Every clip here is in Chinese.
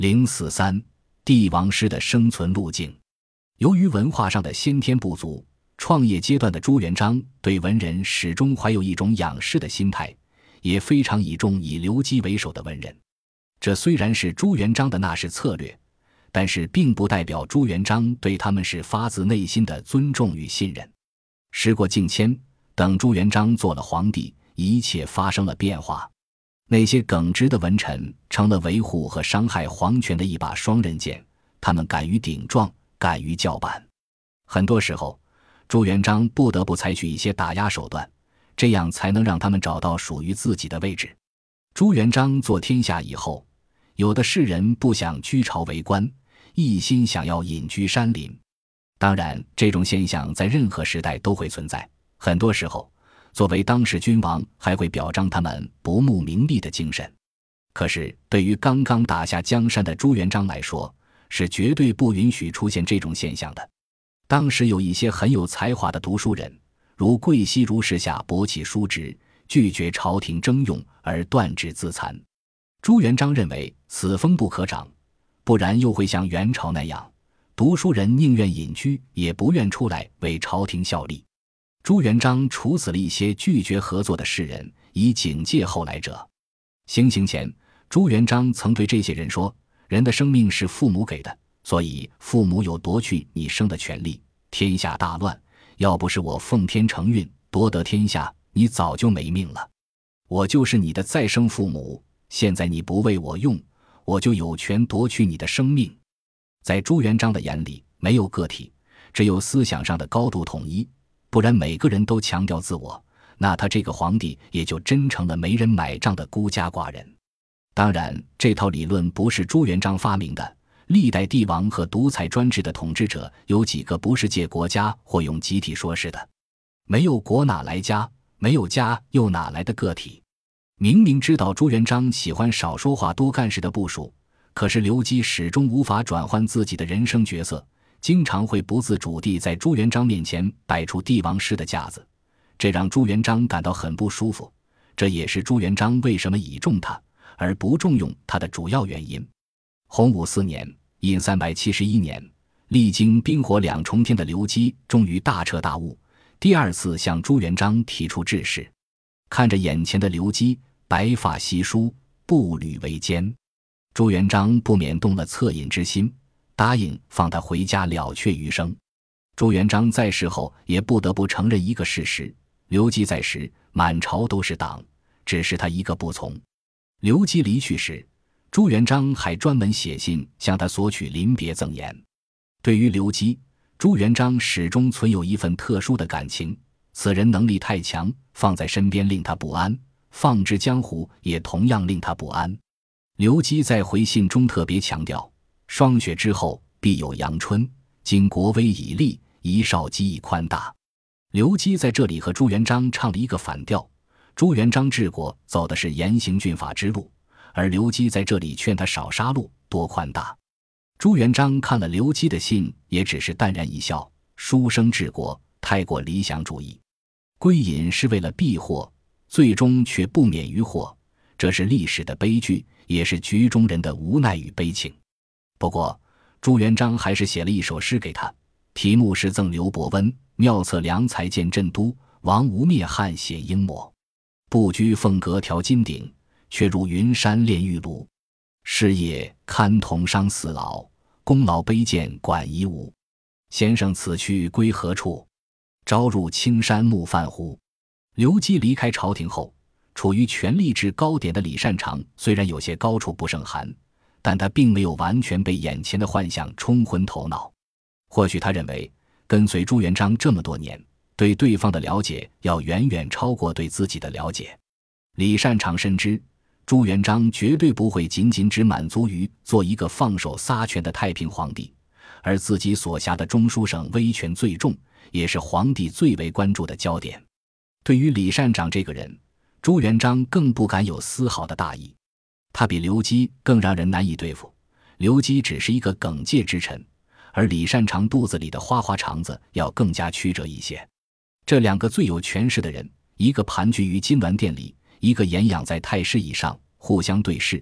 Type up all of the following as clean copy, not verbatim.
043帝王师的生存路径。由于文化上的先天不足，创业阶段的朱元璋对文人始终怀有一种仰视的心态，也非常倚重以刘基为首的文人。这虽然是朱元璋的纳仕策略，但是并不代表朱元璋对他们是发自内心的尊重与信任。时过境迁，等朱元璋做了皇帝，一切发生了变化。那些耿直的文臣成了维护和伤害皇权的一把双刃剑，他们敢于顶撞，敢于叫板。很多时候，朱元璋不得不采取一些打压手段，这样才能让他们找到属于自己的位置。朱元璋做天下以后，有的士人不想居朝为官，一心想要隐居山林。当然，这种现象在任何时代都会存在，很多时候作为当时君王还会表彰他们不慕名利的精神。可是对于刚刚打下江山的朱元璋来说，是绝对不允许出现这种现象的。当时有一些很有才华的读书人，如贵溪如时下驳弃叔侄，拒绝朝廷征用而断指自残。朱元璋认为此风不可长，不然又会像元朝那样，读书人宁愿隐居也不愿出来为朝廷效力。朱元璋处死了一些拒绝合作的士人，以警戒后来者。行刑前，朱元璋曾对这些人说，人的生命是父母给的，所以父母有夺去你生的权利。天下大乱，要不是我奉天承运夺得天下，你早就没命了。我就是你的再生父母，现在你不为我用，我就有权夺取你的生命。在朱元璋的眼里，没有个体，只有思想上的高度统一，不然每个人都强调自我，那他这个皇帝也就真成了没人买账的孤家寡人。当然，这套理论不是朱元璋发明的，历代帝王和独裁专制的统治者有几个不是借国家或用集体说事的？没有国哪来家？没有家又哪来的个体？明明知道朱元璋喜欢少说话多干事的部属，可是刘基始终无法转换自己的人生角色，经常会不自主地在朱元璋面前摆出帝王师的架子，这让朱元璋感到很不舒服。这也是朱元璋为什么倚重他而不重用他的主要原因。洪武4年（隐371年），历经冰火两重天的刘基终于大彻大悟，第二次向朱元璋提出致仕。看着眼前的刘基白发稀疏，步履维艰，朱元璋不免动了恻隐之心，答应放他回家了却余生。朱元璋在世后也不得不承认一个事实，刘基在时满朝都是党，只是他一个不从。刘基离去时，朱元璋还专门写信向他索取临别赠言。对于刘基，朱元璋始终存有一份特殊的感情，此人能力太强，放在身边令他不安，放之江湖也同样令他不安。刘基在回信中特别强调，霜雪之后必有阳春，今国威已立，一少机已宽大。刘基在这里和朱元璋唱了一个反调，朱元璋治国走的是严刑峻法之路，而刘基在这里劝他少杀戮，多宽大。朱元璋看了刘基的信，也只是淡然一笑，书生治国太过理想主义，归隐是为了避祸，最终却不免于祸，这是历史的悲剧，也是局中人的无奈与悲情。不过朱元璋还是写了一首诗给他，题目是赠刘伯温，妙策良才见镇都，王无灭汉显英模。不居凤阁调金鼎，却入云山炼玉炉。事业堪同伤死老，功劳卑贱管夷吾。先生此去归何处？朝入青山暮泛乎。刘基离开朝廷后，处于权力制高点的李善长虽然有些高处不胜寒，但他并没有完全被眼前的幻象冲昏头脑。或许他认为跟随朱元璋这么多年，对对方的了解要远远超过对自己的了解。李善长深知朱元璋绝对不会仅仅只满足于做一个放手撒权的太平皇帝，而自己所辖的中书省威权最重，也是皇帝最为关注的焦点。对于李善长这个人，朱元璋更不敢有丝毫的大意。他比刘基更让人难以对付，刘基只是一个耿介之臣，而李善长肚子里的花花肠子要更加曲折一些。这两个最有权势的人，一个盘踞于金銮殿里，一个俨仰在太师以上，互相对视，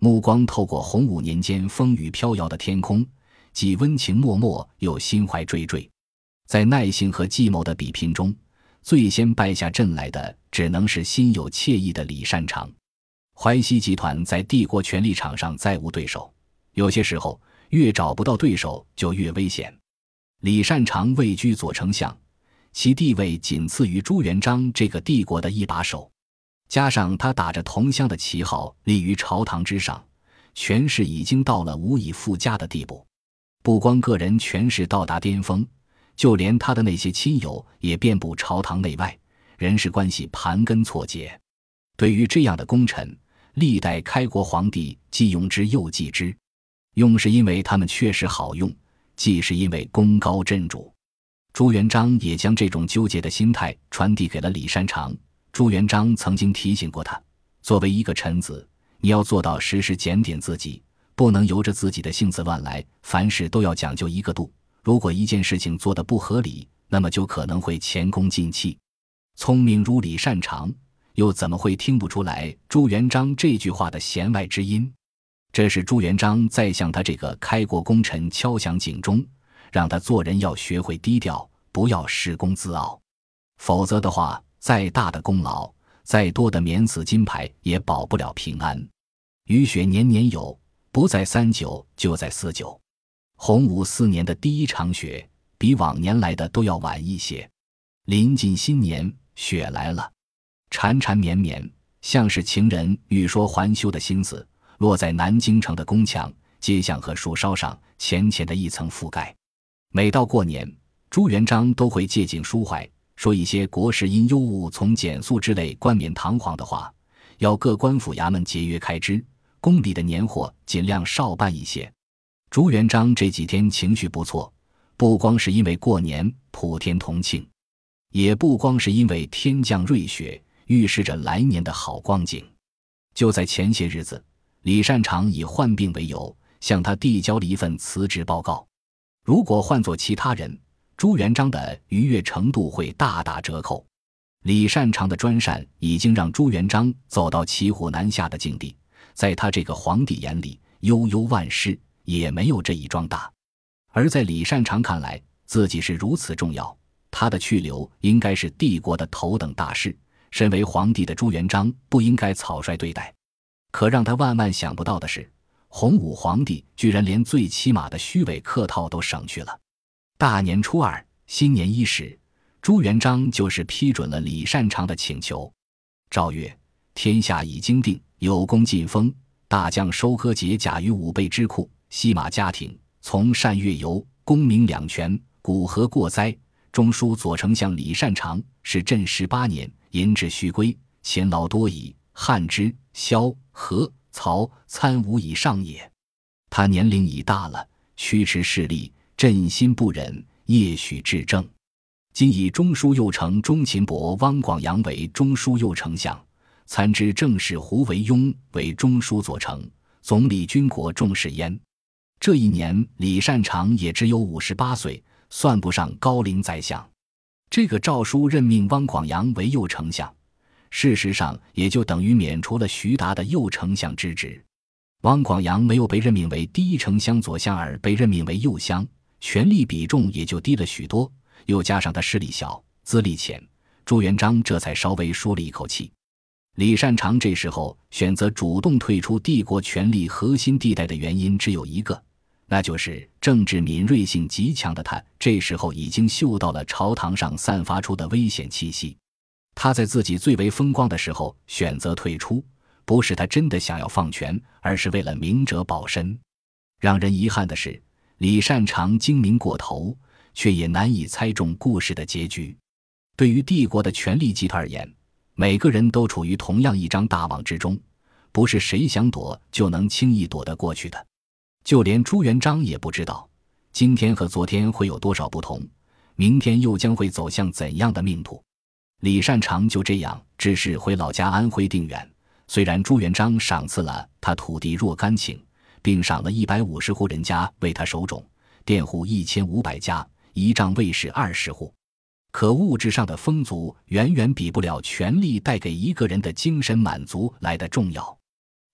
目光透过洪武年间风雨飘摇的天空，既温情脉脉又心怀惴惴。在耐性和计谋的比拼中，最先败下阵来的只能是心有惬意的李善长。淮西集团在帝国权力场上再无对手，有些时候越找不到对手就越危险。李善长位居左丞相，其地位仅次于朱元璋这个帝国的一把手，加上他打着同乡的旗号立于朝堂之上，权势已经到了无以复加的地步。不光个人权势到达巅峰，就连他的那些亲友也遍布朝堂内外，人事关系盘根错节。对于这样的功臣，历代开国皇帝既用之又忌之，用是因为他们确实好用，忌是因为功高震主。朱元璋也将这种纠结的心态传递给了李善长。朱元璋曾经提醒过他，作为一个臣子，你要做到时时检点自己，不能由着自己的性子乱来，凡事都要讲究一个度。如果一件事情做得不合理，那么就可能会前功尽弃。聪明如李善长，又怎么会听不出来朱元璋这句话的弦外之音？这是朱元璋在向他这个开国功臣敲响警钟，让他做人要学会低调，不要恃功自傲。否则的话，再大的功劳，再多的免死金牌，也保不了平安。雨雪年年有，不在39就在49。洪武4年的第一场雪，比往年来的都要晚一些。临近新年，雪来了，缠缠绵绵，像是情人欲说还休的心思，落在南京城的宫墙、街巷和树梢上，浅浅的一层覆盖。每到过年，朱元璋都会借景抒怀，说一些国事因忧务从减速之类冠冕堂皇的话，要各官府衙门节约开支，宫里的年货尽量少办一些。朱元璋这几天情绪不错，不光是因为过年普天同庆，也不光是因为天降瑞雪，预示着来年的好光景。就在前些日子，李善长以患病为由，向他递交了一份辞职报告。如果换作其他人，朱元璋的愉悦程度会大打折扣。李善长的专擅已经让朱元璋走到骑虎难下的境地，在他这个皇帝眼里，悠悠万事也没有这一桩大。而在李善长看来，自己是如此重要，他的去留应该是帝国的头等大事，身为皇帝的朱元璋不应该草率对待。可让他万万想不到的是，洪武皇帝居然连最起码的虚伪客套都省去了。大年初二，新年伊始，朱元璋就是批准了李善长的请求。诏曰：天下已经定，有功尽封，大将收割节甲于5倍之库，西马家庭，从善乐游，功名两全，古何过哉？中书左丞相李善长是朕18年，寅至虚归，勤劳多矣，汉之、萧、何、曹、参无以上也。他年龄已大了，驱驰势力，朕心不忍，夜许治政。今以中书右丞钟勤伯、汪广洋为中书右丞相，参知政事胡惟庸为中书左丞，总理军国重视焉。这一年李善长也只有58岁，算不上高龄宰相。这个诏书任命汪广洋为右丞相，事实上也就等于免除了徐达的右丞相之职。汪广洋没有被任命为第一丞相左相，而被任命为右相，权力比重也就低了许多，又加上他势力小，资历浅，朱元璋这才稍微舒了一口气。李善长这时候选择主动退出帝国权力核心地带的原因只有一个，那就是政治敏锐性极强的他这时候已经嗅到了朝堂上散发出的危险气息。他在自己最为风光的时候选择退出，不是他真的想要放权，而是为了明哲保身。让人遗憾的是，李善长精明过头，却也难以猜中故事的结局。对于帝国的权力集团而言，每个人都处于同样一张大网之中，不是谁想躲就能轻易躲得过去的。就连朱元璋也不知道，今天和昨天会有多少不同，明天又将会走向怎样的命途。李善长就这样只是回老家安徽定远，虽然朱元璋赏赐了他土地若干顷，并赏了150户人家为他守冢，佃户1500家，仪仗卫士20户，可物质上的丰足远远比不了权力带给一个人的精神满足来的重要。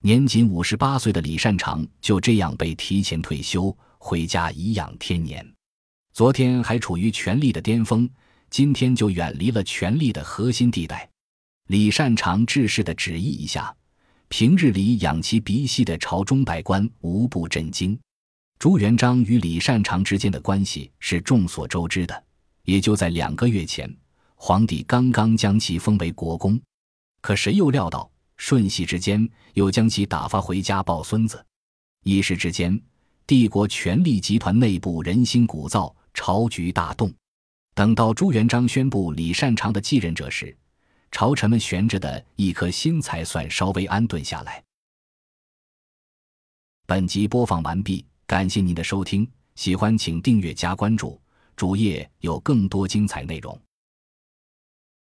年仅58岁的李善长就这样被提前退休，回家颐养天年。昨天还处于权力的巅峰，今天就远离了权力的核心地带。李善长致仕的旨意一下，平日里仰其鼻息的朝中百官无不震惊。朱元璋与李善长之间的关系是众所周知的，也就在2个月前，皇帝刚刚将其封为国公，可谁又料到瞬息之间又将其打发回家抱孙子。一时之间，帝国权力集团内部人心鼓噪，朝局大动。等到朱元璋宣布李善长的继任者时，朝臣们悬着的一颗心才算稍微安顿下来。本集播放完毕，感谢您的收听，喜欢请订阅加关注，主页有更多精彩内容。